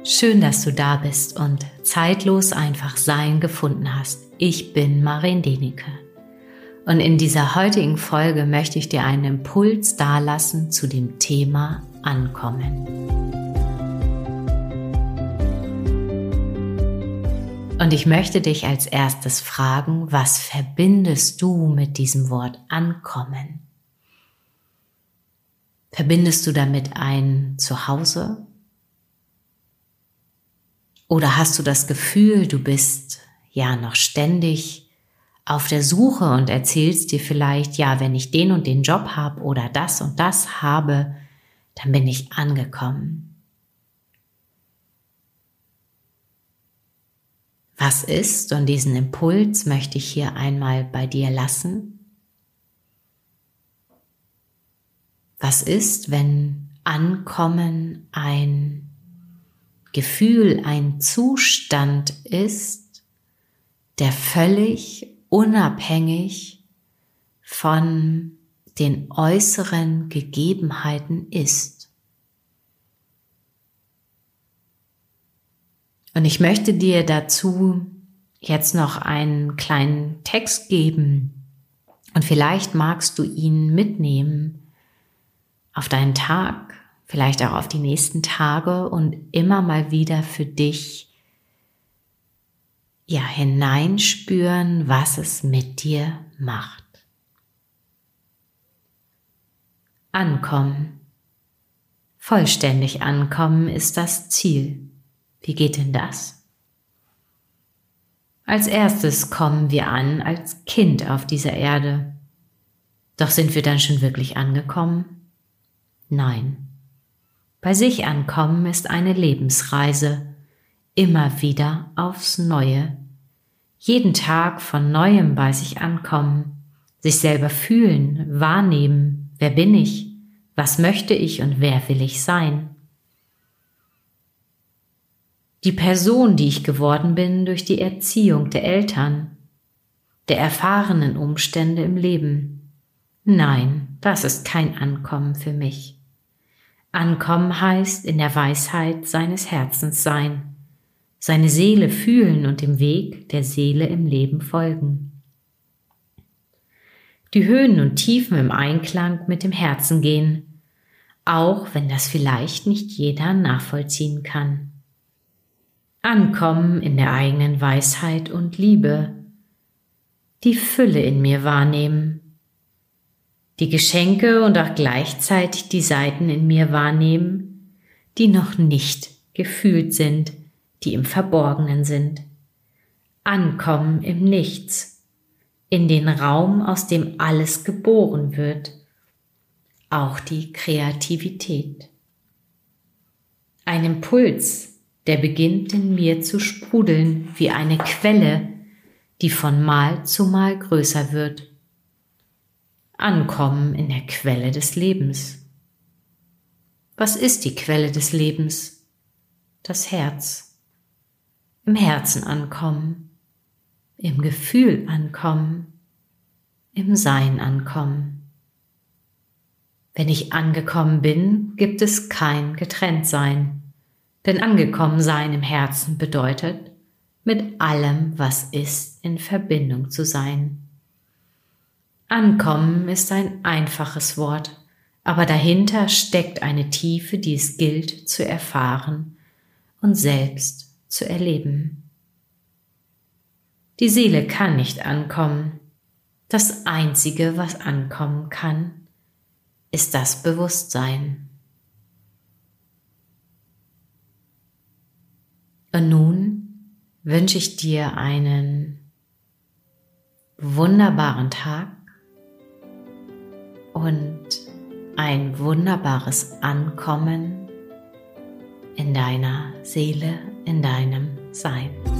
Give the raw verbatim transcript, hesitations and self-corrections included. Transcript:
Schön, dass du da bist und zeitlos einfach Sein gefunden hast. Ich bin Maren Denike und in dieser heutigen Folge möchte ich dir einen Impuls dalassen zu dem Thema Ankommen. Und ich möchte dich als erstes fragen, was verbindest du mit diesem Wort Ankommen? Verbindest du damit ein Zuhause? Oder hast du das Gefühl, du bist ja noch ständig auf der Suche und erzählst dir vielleicht, ja, wenn ich den und den Job habe oder das und das habe, dann bin ich angekommen. Was ist, und diesen Impuls möchte ich hier einmal bei dir lassen, was ist, wenn Ankommen ein Gefühl, ein Zustand ist, der völlig unabhängig von den äußeren Gegebenheiten ist. Und ich möchte dir dazu jetzt noch einen kleinen Text geben und vielleicht magst du ihn mitnehmen auf deinen Tag, vielleicht auch auf die nächsten Tage und immer mal wieder für dich ja hineinspüren, was es mit dir macht. Ankommen. Vollständig ankommen ist das Ziel. Wie geht denn das? Als erstes kommen wir an als Kind auf dieser Erde. Doch sind wir dann schon wirklich angekommen? Nein. Bei sich ankommen ist eine Lebensreise, immer wieder aufs Neue. Jeden Tag von Neuem bei sich ankommen, sich selber fühlen, wahrnehmen, wer bin ich, was möchte ich und wer will ich sein. Die Person, die ich geworden bin durch die Erziehung der Eltern, der erfahrenen Umstände im Leben. Nein, das ist kein Ankommen für mich. Ankommen heißt in der Weisheit seines Herzens sein, seine Seele fühlen und dem Weg der Seele im Leben folgen. Die Höhen und Tiefen im Einklang mit dem Herzen gehen, auch wenn das vielleicht nicht jeder nachvollziehen kann. Ankommen in der eigenen Weisheit und Liebe, die Fülle in mir wahrnehmen, die Geschenke und auch gleichzeitig die Seiten in mir wahrnehmen, die noch nicht gefühlt sind, die im Verborgenen sind. Ankommen im Nichts, in den Raum, aus dem alles geboren wird, auch die Kreativität. Ein Impuls, der beginnt in mir zu sprudeln wie eine Quelle, die von Mal zu Mal größer wird. Ankommen in der Quelle des Lebens. Was ist die Quelle des Lebens? Das Herz. Im Herzen ankommen, im Gefühl ankommen, im Sein ankommen. Wenn ich angekommen bin, gibt es kein Getrenntsein, denn angekommen sein im Herzen bedeutet, mit allem, was ist, in Verbindung zu sein. Ankommen ist ein einfaches Wort, aber dahinter steckt eine Tiefe, die es gilt zu erfahren und selbst zu erleben. Die Seele kann nicht ankommen. Das Einzige, was ankommen kann, ist das Bewusstsein. Und nun wünsche ich dir einen wunderbaren Tag und ein wunderbares Ankommen in deiner Seele, in deinem Sein.